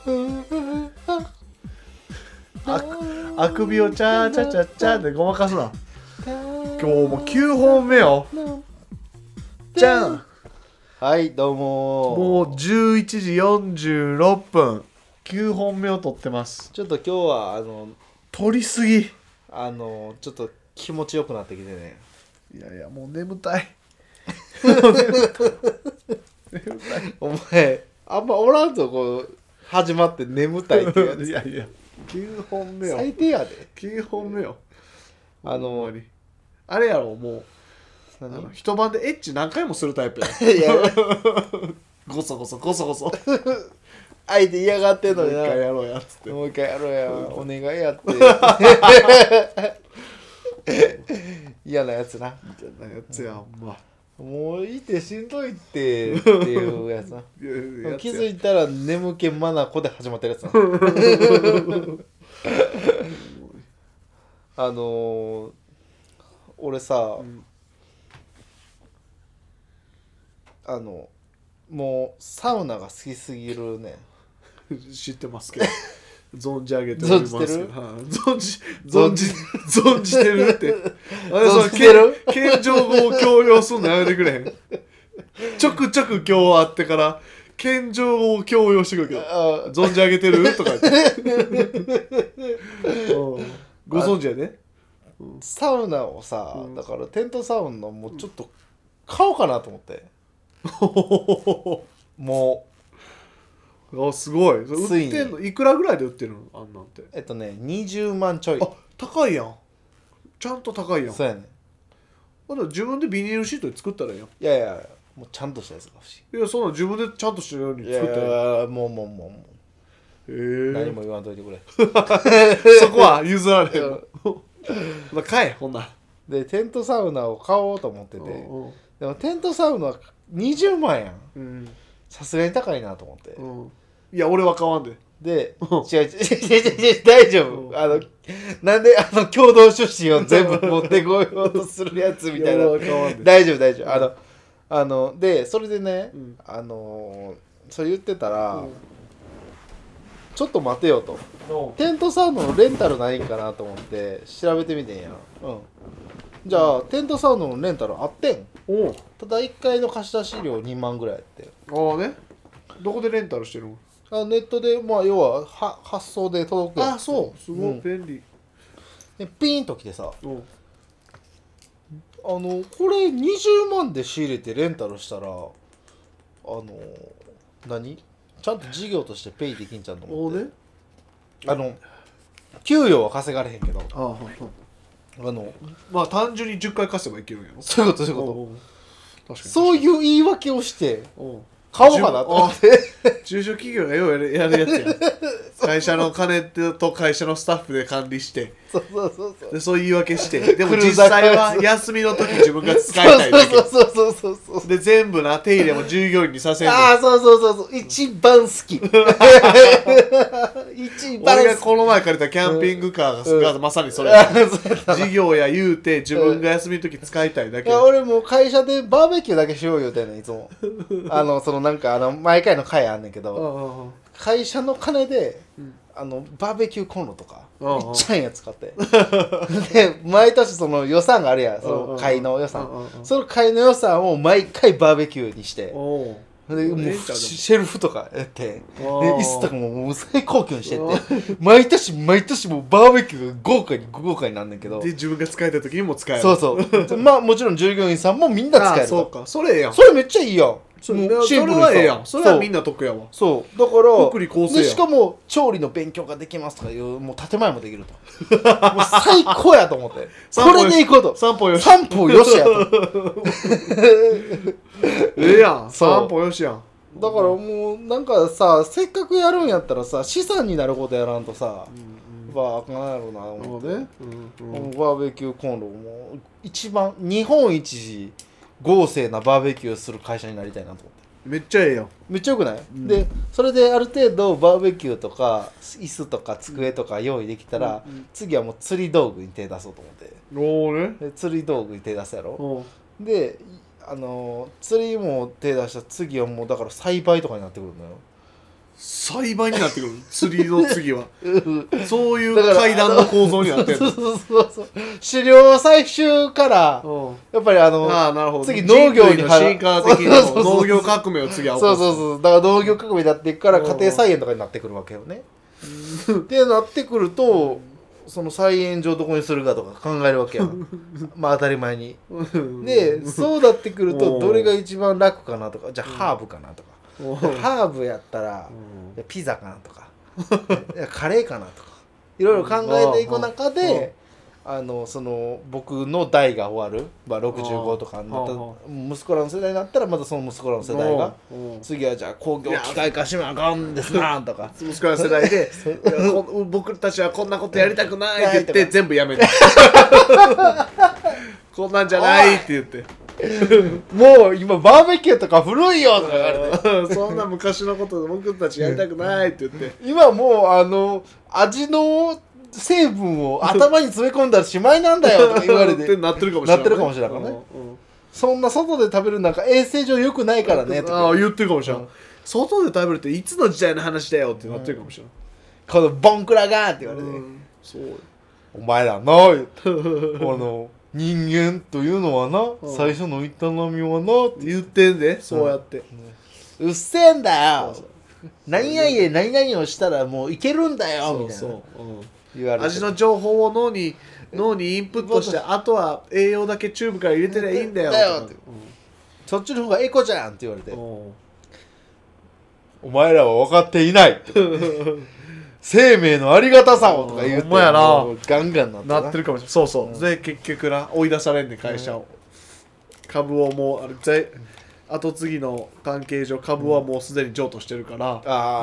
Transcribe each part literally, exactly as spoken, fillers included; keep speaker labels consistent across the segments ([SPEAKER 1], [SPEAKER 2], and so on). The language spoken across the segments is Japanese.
[SPEAKER 1] あ, あくびをチャーチャチャチャでごまかすな。今日もきゅうほんめよ。じゃん。
[SPEAKER 2] はいどうも
[SPEAKER 1] もうじゅういちじよんじゅうろっぷん、きゅうほんめを撮ってます。
[SPEAKER 2] ちょっと今日はあの
[SPEAKER 1] 撮りすぎ。
[SPEAKER 2] あのちょっと気持ちよくなってきてね。
[SPEAKER 1] いやいやもう眠たい。眠たい。
[SPEAKER 2] お前あんまおらんぞこう始まって眠たいっていうやつ。
[SPEAKER 1] いやいやきゅうほんめよ。
[SPEAKER 2] 最低やで。
[SPEAKER 1] きゅうほんめよ。
[SPEAKER 2] あの
[SPEAKER 1] あれやろもうあの一晩でエッチ何回もするタイプや。
[SPEAKER 2] いや
[SPEAKER 1] ゴソゴソゴソゴソ。
[SPEAKER 2] 相手嫌がってんのにな。
[SPEAKER 1] もう一回やろうやっつって。
[SPEAKER 2] もう一回やろうやお願いやって嫌なやつな。
[SPEAKER 1] みたいなやつやんま。
[SPEAKER 2] もういてしんどいってっていうやつな。気づいたら眠気まなこで始まってるやつな。あのー、俺さ、うん、あのもうサウナが好きすぎるね。
[SPEAKER 1] 知ってますけど存じ上げておりますけど。存じ存じ存じてるってあれその謙譲語を強要すんのやめてくれへん。ちょくちょく今日会ってから謙譲語を強要してくるけど存じ上げてるとか言ってご存知やね。
[SPEAKER 2] サウナをさ、うん、だからテントサウナもうちょっと買おうかなと思って、うん、も
[SPEAKER 1] うあすごい。売ってんのいくらぐらいで売ってるのあんなんて。
[SPEAKER 2] えっとねにじゅうまんちょい。
[SPEAKER 1] あ高いやん。ちゃんと高いやん。
[SPEAKER 2] そうやねん。
[SPEAKER 1] まだ自分でビニールシートで作ったらいいやん。
[SPEAKER 2] いやいやもうちゃんとしたやつが欲し
[SPEAKER 1] い。いやそんな自分でちゃんとしたように作ったらいい。
[SPEAKER 2] いやいやもうもうもうもう、えー、何も言わんといてくれ。
[SPEAKER 1] そこは譲られへん。まあ買えほんな。
[SPEAKER 2] でテントサウナを買おうと思ってて、うんうん、でもテントサウナにじゅうまんやん。さすがに高いなと思って、うん、
[SPEAKER 1] いや俺は買わんで。
[SPEAKER 2] で、うん、違う違う違う違う大丈夫、うん、あのなんであの共同出資を全部持ってこようとするやつみたいな。大丈夫大丈夫、うん、あのあのでそれでね、うん、あのそれ言ってたら、うん、ちょっと待てよと、うん、テントサウナのレンタルないんかなと思って調べてみてんや、うん、じゃあテントサウナのレンタルあってん。おただいっかいの貸し出し料にまんぐらいやって。
[SPEAKER 1] ああね。どこでレンタルしてるの？
[SPEAKER 2] あネットでまあ要はは発送で届くやつ。
[SPEAKER 1] あそうすごい、うん、便利
[SPEAKER 2] でピーンと来てさ、うん、あのこれにじゅうまんで仕入れてレンタルしたらあの何ちゃんと事業としてペイできんちゃんと思って、ね、あの給与は稼がれへんけど、あああの
[SPEAKER 1] まあ単純にじゅっかい貸せばいけるんやろ。
[SPEAKER 2] そういうことそういうこと確かにそういう言い訳をして買おうかなと思って
[SPEAKER 1] 中小企業がようやるやるやつや会社の金と会社のスタッフで管理して
[SPEAKER 2] そうそうそうそう
[SPEAKER 1] でそういう言い訳してでも実際は休みの時自分が使いたいだけ
[SPEAKER 2] そうそうそうそうそう
[SPEAKER 1] で全部な手入れも従業員にさせる。
[SPEAKER 2] ああそうそうそうそう一番好き一番
[SPEAKER 1] 俺がこの前借りたキャンピングカーが、うん、がまさにそれ事業や言うて自分が休みの時使いたいだけ、
[SPEAKER 2] うん、いや俺もう会社でバーベキューだけしよう言うてんねんいつもあのそのなんかあの毎回の会あんねんけど会社の金で、うん、あのバーベキューコンロとかいっちゃんや使ってで毎年その予算があるやんその会の予算その会の予算を毎回バーベキューにしてでもうシェルフとかやってで椅子とかももう最高級にしてって毎年毎年もうバーベキューが豪華に豪華になんねんけど
[SPEAKER 1] で自分が使えた時にも使える。
[SPEAKER 2] そうそうまあもちろん従業員さんもみんな使えると。
[SPEAKER 1] そうかそれええやん。
[SPEAKER 2] それめっちゃいいやん。
[SPEAKER 1] それはええやん。それはみんな得やわ。
[SPEAKER 2] そうだから
[SPEAKER 1] 福利厚生やん。
[SPEAKER 2] でしかも調理の勉強ができますとかいうもう建前もできるともう最高やと思ってこれでいこうと
[SPEAKER 1] 三歩よし
[SPEAKER 2] 三歩よしやと
[SPEAKER 1] ええやん三歩よしやん。
[SPEAKER 2] だからもうなんかさせっかくやるんやったらさ資産になることやらんとさ、うんうん、まああかんやろうな思って、ねうんうん、バーベキューコンロも一番日本一豪勢なバーベキューする会社になりたいなと思って。
[SPEAKER 1] めっちゃええよ。
[SPEAKER 2] めっちゃよくない、うん、でそれである程度バーベキューとか椅子とか机とか用意できたら、うんうん、次はもう釣り道具に手出そうと思って。
[SPEAKER 1] おーね、
[SPEAKER 2] で釣り道具に手出すやろ。であの釣りも手出したら次はもうだから栽培とかになってくるのよ。
[SPEAKER 1] 栽培になってくる釣りの次はそういう階段の構造になってる
[SPEAKER 2] そうそうそうそう狩猟採集からやっぱりあの
[SPEAKER 1] あなるほど
[SPEAKER 2] 次農業に
[SPEAKER 1] 進化的な農業革命を次は起こす
[SPEAKER 2] そうそうそうだから農業革命になっていくから家庭菜園とかになってくるわけよねってなってくるとその菜園場どこにするかとか考えるわけやんまあ当たり前にでそうなってくるとどれが一番楽かなとかじゃあハーブかなとかハーブやったらピザかなとかカレーかなとかいろいろ考えていく中であのその僕の代が終わる、まあ、ろくじゅうごとかになった息子らの世代になったらまたその息子らの世代が次はじゃあ工業機械化しなあかんですなとか
[SPEAKER 1] 息子らの世代で僕たちはこんなことやりたくないって言って全部やめてこんなんじゃないって言って
[SPEAKER 2] もう今バーベキューとか古いよとか言われ
[SPEAKER 1] てそんな昔のこと僕たちやりたくないって言って
[SPEAKER 2] 今もうあの味の成分を頭に詰め込んだらしまいなんだよとか言われて
[SPEAKER 1] なってるかもしれない、ね、
[SPEAKER 2] なってるかもしれないからね、うんうん、そんな外で食べるなんか衛生上良くないからねとか
[SPEAKER 1] あ言ってるかもしれない、うん、外で食べるっていつの時代の話だよってなってるかもしれない、
[SPEAKER 2] うん、このボンクラがって言われて、うん、そうお前らなあの人間というのはな、うん、最初の営みはなって
[SPEAKER 1] 言ってんでそうやって、
[SPEAKER 2] うん、うっせえんだよ何々で何々をしたらもういけるんだよみたいなそうそう、うん
[SPEAKER 1] 言われて味の情報を脳に脳にインプットしてあとは栄養だけチューブから入れてりゃいいんだよって、うん、
[SPEAKER 2] そっちの方がエコじゃんって言われてお前らは分かっていない生命のありがたさをとか言って
[SPEAKER 1] やな
[SPEAKER 2] ガンガンなってな
[SPEAKER 1] なってるかもしれないそうそう、うん、で結局な追い出されんね会社を、うん、株をもうあれぜ後継ぎの関係上株はもうすでに譲渡してるから、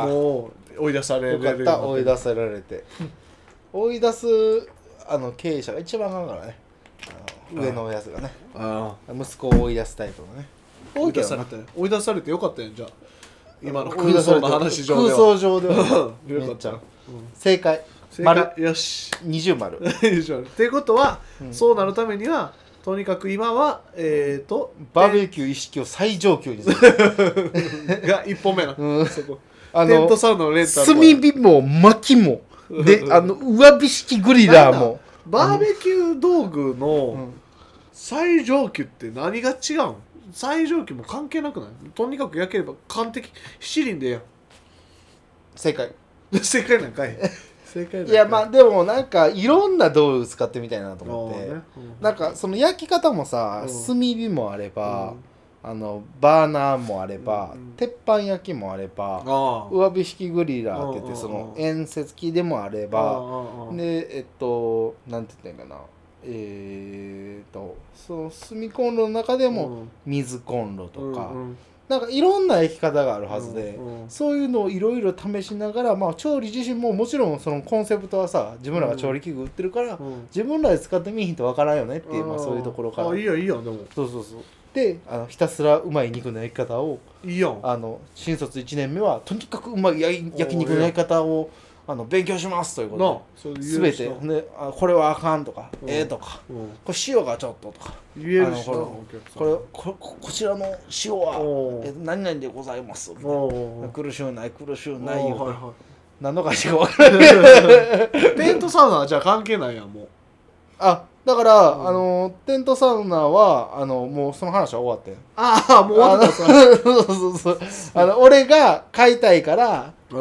[SPEAKER 1] うん、もう追い出される
[SPEAKER 2] よかった追い出されて追い出すあの経営者が一番あかんからねあの上のやつがねあ息子を追い出すタイプのね
[SPEAKER 1] 追い出されて追い出されてよかったやんじゃあ今の空想の話上では
[SPEAKER 2] 空想上ではよかった、うん、正解
[SPEAKER 1] 正解よし
[SPEAKER 2] 二重丸
[SPEAKER 1] っていうことは、うん、そうなるためにはとにかく今はえっ、ー、と
[SPEAKER 2] バーベキュー意識を最上級にする
[SPEAKER 1] が一歩目な、うん、そこ
[SPEAKER 2] あの
[SPEAKER 1] テントサウナのレンタル
[SPEAKER 2] 炭火も薪もであの上火式グリラーも
[SPEAKER 1] バーベキュー道具の最上級って何が違うん最上級も関係なくないとにかく焼ければ完璧七輪でやん
[SPEAKER 2] 正解
[SPEAKER 1] 正解なんかい正解なんかい
[SPEAKER 2] いやまあでもなんかいろんな道具使ってみたいなと思って、ねうん、なんかその焼き方もさ、うん、炭火もあれば、うんあのバーナーもあれば、うんうん、鉄板焼きもあれば上火式グリラーって言ってその遠接機でもあればでえっとなんて言ったんかなえー、っとその炭コンロの中でも水コンロとか、うんうん、なんかいろんな焼き方があるはずで、うんうん、そういうのをいろいろ試しながら、まあ、調理自身ももちろんそのコンセプトはさ自分らが調理器具売ってるから、うん、自分らで使ってみひんとわからんよねっていう、まあ、そういうところから
[SPEAKER 1] あいいやいいやでも
[SPEAKER 2] そうそうそうであのひたすらうまい肉の焼き方を
[SPEAKER 1] いいやん
[SPEAKER 2] あの新卒いちねんめはとにかくうまい焼肉の焼き方をあの勉強しますということで全てであこれはあかんとか、うん、ええー、とか、うん、これ塩がちょっととか
[SPEAKER 1] 言えるしな
[SPEAKER 2] これこれこちらの塩はえ何々でございます苦しゅうない苦しゅうないよ、はいはい、何のかしか分からない
[SPEAKER 1] テントサウナはじゃあ関係ないやんもう
[SPEAKER 2] あだから、うん、あのテントサウナはあのもうその話は終わってん
[SPEAKER 1] ああもう終わった
[SPEAKER 2] そうそうそうあの俺が買いたいから、うん、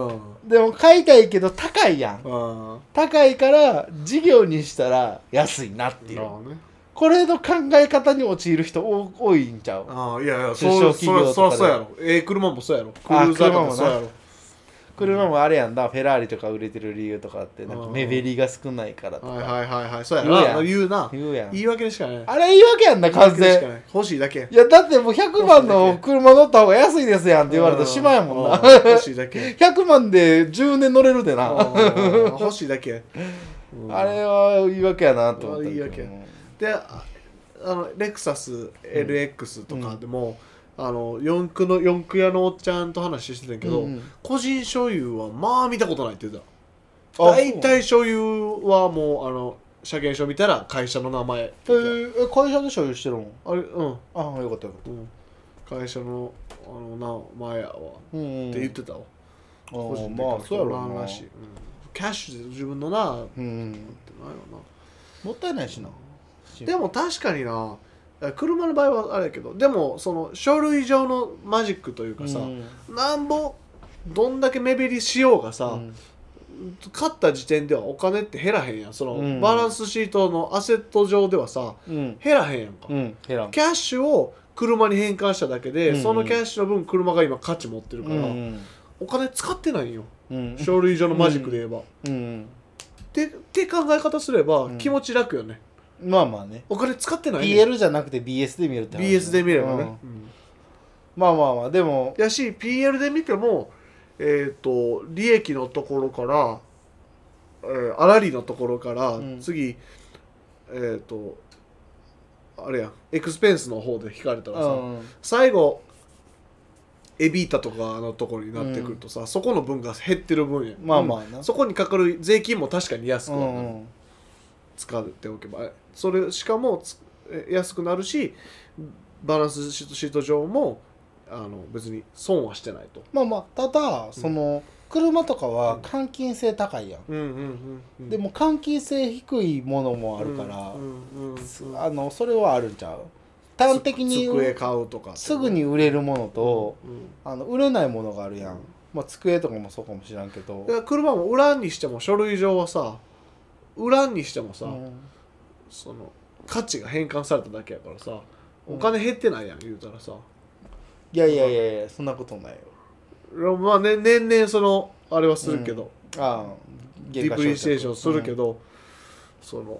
[SPEAKER 2] でも買いたいけど高いやん、うん、高いから事業にしたら安いなっていう、ね、これの考え方に陥る人多いんちゃう
[SPEAKER 1] ああいやいや中小企業とかでそらそうやろええ車もそうやろクルーザーとかそうやろ
[SPEAKER 2] 車もあれやんだ、フェラーリとか売れてる理由とかってなんか目減りが少ないからとか
[SPEAKER 1] はいはいはいはいそうやな言うな
[SPEAKER 2] 言うやん
[SPEAKER 1] 言い訳でしかない
[SPEAKER 2] あれ言い訳やんな完全
[SPEAKER 1] 欲しいだけ
[SPEAKER 2] いやだってもうひゃくまんの車乗った方が安いですやんって言われたらしまやもんな
[SPEAKER 1] 欲しいだけ
[SPEAKER 2] ひゃくまんでじゅうねん乗れるでな
[SPEAKER 1] 欲しいだけ
[SPEAKER 2] あれは言い訳やなと思った
[SPEAKER 1] 言い訳であのレクサス エルエックス とかでも、うんあの四駆の四駆屋のおっちゃんと話してたんやけど、うんうん、個人所有はまあ見たことないって言ってた大体所有はもうあの車検証見たら会社の名前
[SPEAKER 2] えー、会社で所有してるの
[SPEAKER 1] あれうん
[SPEAKER 2] ああよかったよかった、
[SPEAKER 1] うん、会社のあの名前やわ、うんうん、って言ってたわ個人で
[SPEAKER 2] まあそうやろうな
[SPEAKER 1] らしい、うん、キャッシュで自分のな、
[SPEAKER 2] うん、
[SPEAKER 1] ってないよな。
[SPEAKER 2] もったいないしな。
[SPEAKER 1] でも確かにな、車の場合はあれやけど、でもその書類上のマジックというかさ、うん、なんぼどんだけ目減りしようがさ、うん、買った時点ではお金って減らへんやん。その、うん、バランスシートのアセット上ではさ、うん、減らへんやんか、うん、減らん。キャッシュを車に変換しただけで、うんうん、そのキャッシュの分車が今価値持ってるから、うんうん、お金使ってないんよ、うん、書類上のマジックで言えば、うんうん、ってって考え方すれば気持ち楽よね、
[SPEAKER 2] うん、まあまあね。
[SPEAKER 1] お金使ってないね。
[SPEAKER 2] ピーエル じゃなくて ビーエス で見るって話、ね、
[SPEAKER 1] ビーエス で見ればね、うんうん、
[SPEAKER 2] まあまあまあでも
[SPEAKER 1] やし ピーエル で見てもえっ、ー、と利益のところから、えー、粗利のところから、うん、次えっ、ー、とあれやエクスペンスの方で引かれたらさ、うん、最後エビータとかのところになってくるとさ、うん、そこの分が減ってる分や、
[SPEAKER 2] まあまあな、
[SPEAKER 1] うん、そこにかかる税金も確かに安くはなる、うん、使っておけばそれしかも安くなるしバランスシート上もあの別に損はしてないと。
[SPEAKER 2] まあまあただその、うん車とかは換金性高いやん、うんうんうんうん、でも換金性低いものもあるから、うんうんうん、あのそれはあるんちゃう。端的に
[SPEAKER 1] 机買うとか、ね、
[SPEAKER 2] すぐに売れるものと、うんうん、あの売れないものがあるやん、うん、まあ、机とかもそうかもしらんけど、
[SPEAKER 1] いや車も売らんにしても書類上はさ売らんにしてもさ、うん、その価値が変換されただけやからさお金減ってないやん言うたらさ、
[SPEAKER 2] いやいやいやいやそんなことないよ。
[SPEAKER 1] まあね、年々そのあれはするけど、うん、あディプリシエーションするけど、うん、その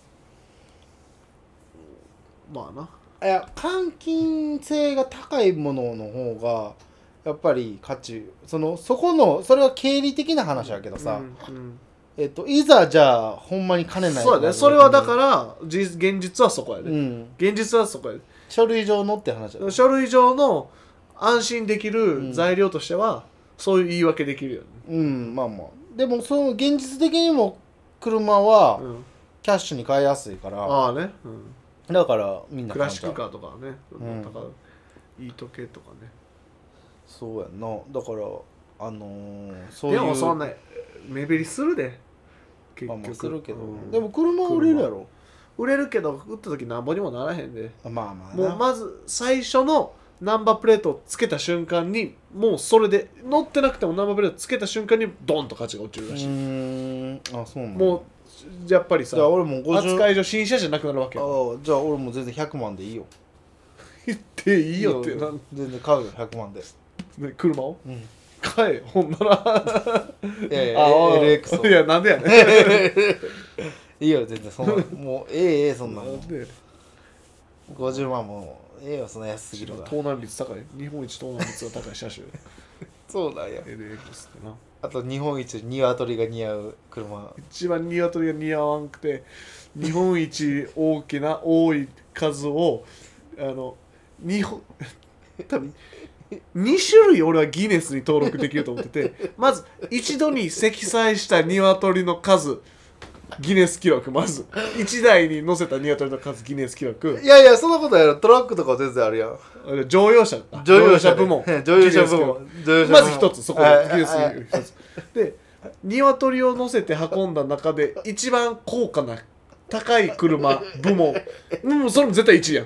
[SPEAKER 1] まあ
[SPEAKER 2] ないや換金性が高いものの方がやっぱり価値そのそこのそれは経理的な話やけどさ、うんうん、えっといざじゃあほんまに金ない
[SPEAKER 1] そうやねそれはだから現実はそこやで、うん、現実はそこやで
[SPEAKER 2] 書類上のって話やで
[SPEAKER 1] 書類上の安心できる材料としては、うん、そういう言い訳できるよね。
[SPEAKER 2] うんまあまあでもその現実的にも車はキャッシュに買いやすいから、うん、ああね、うん、だからみんな
[SPEAKER 1] クラシックカーとかね、うん、だからいい時計とかね
[SPEAKER 2] そうやんなだからあのー、
[SPEAKER 1] そういうでもそんな目減りするで
[SPEAKER 2] 結局、まあ、まあするけど、うん、でも車は売れるやろ
[SPEAKER 1] 売れるけど売った時なんぼにもならへんで
[SPEAKER 2] まあまあ
[SPEAKER 1] もうまず最初のナンバープレートをつけた瞬間にもうそれで乗ってなくてもナンバープレートつけた瞬間にドンと価値が落ちるらしい。うーんあそうなんだ。もうやっぱりさじゃあ俺もごじゅう扱い上新車じゃなくなるわけ
[SPEAKER 2] よ。あじゃあ俺も全然ひゃくまんでいいよ。
[SPEAKER 1] 言っていいよって
[SPEAKER 2] なん全然買うよひゃくまんで。
[SPEAKER 1] ね、車を、うん、買えほんなら
[SPEAKER 2] いやいや エルエックス を
[SPEAKER 1] いやなんでやね
[SPEAKER 2] んいいよ全然そんなもうええええそんなのごじゅうまんもええよそんな安すぎるわ。
[SPEAKER 1] 盗難率高い日本一盗難率が高い車種
[SPEAKER 2] そうだよ
[SPEAKER 1] エルエックス ってな。
[SPEAKER 2] あと日本一ニワトリが似合う車
[SPEAKER 1] 一番ニワトリが似合わんくて日本一大きな多い数をあの日本多分に種類俺はギネスに登録できると思っててまず一度に積載したニワトリの数ギネス記録まずいちだいに乗せたニワトリの数ギネス記録。
[SPEAKER 2] いやいやそんなことやろトラックとか全然あるやん。
[SPEAKER 1] 乗用車
[SPEAKER 2] 乗用車
[SPEAKER 1] 部門
[SPEAKER 2] 乗用車部門
[SPEAKER 1] まず一つそこでギネス記録一つでニワトリを乗せて運んだ中で一番高価な高い車部門もうそれも絶対いちいやん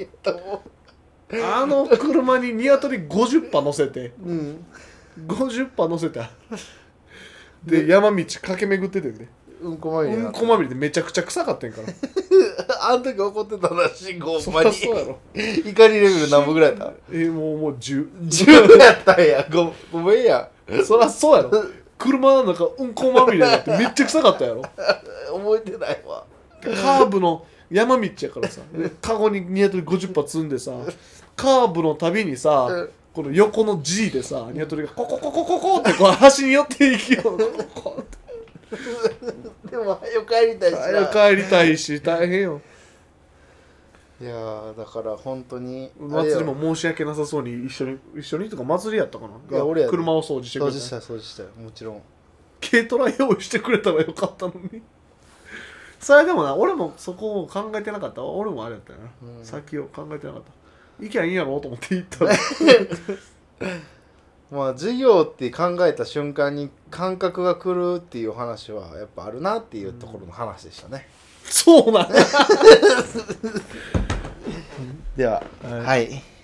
[SPEAKER 1] あの車にニワトリごじゅっぱ乗せて、うん、ごじゅっぱ乗せたで山道駆け巡っててね
[SPEAKER 2] うんこまみれ
[SPEAKER 1] うんこまみれでめちゃくちゃ臭かったんから
[SPEAKER 2] あん時怒ってたら信号
[SPEAKER 1] ほんまにそうやろ
[SPEAKER 2] 怒りレベル何分ぐらいやった
[SPEAKER 1] えー、もうもうじゅう
[SPEAKER 2] じゅうやったんや ご, ごめんや
[SPEAKER 1] そりゃそうやろ車の中うんこまみれだってめっちゃ臭かったやろ
[SPEAKER 2] 覚えてないわ
[SPEAKER 1] カーブの山道やからさカゴにニワトリごじゅっぱ積んでさカーブのたびにさ、うん、この横の G でさニワトリがココココココってこう端に寄っていきよう
[SPEAKER 2] でも早く帰りたいしな
[SPEAKER 1] 早く帰りたいし大変よ。
[SPEAKER 2] いやーだから本当に
[SPEAKER 1] 祭りも申し訳なさそうに一緒に一緒にとか祭りやったかないや俺や車を掃除してくれた
[SPEAKER 2] 掃除した掃除したよもちろん
[SPEAKER 1] 軽トラ用意してくれたらよかったのにそれでもな俺もそこを考えてなかった俺もあれやったよな、うん、先を考えてなかった行きゃいいんやろうと思って行ったら
[SPEAKER 2] まあ授業って考えた瞬間に感覚が来るっていう話はやっぱあるなっていうところの話でしたね、
[SPEAKER 1] うん、そうなん
[SPEAKER 2] では、はい、はい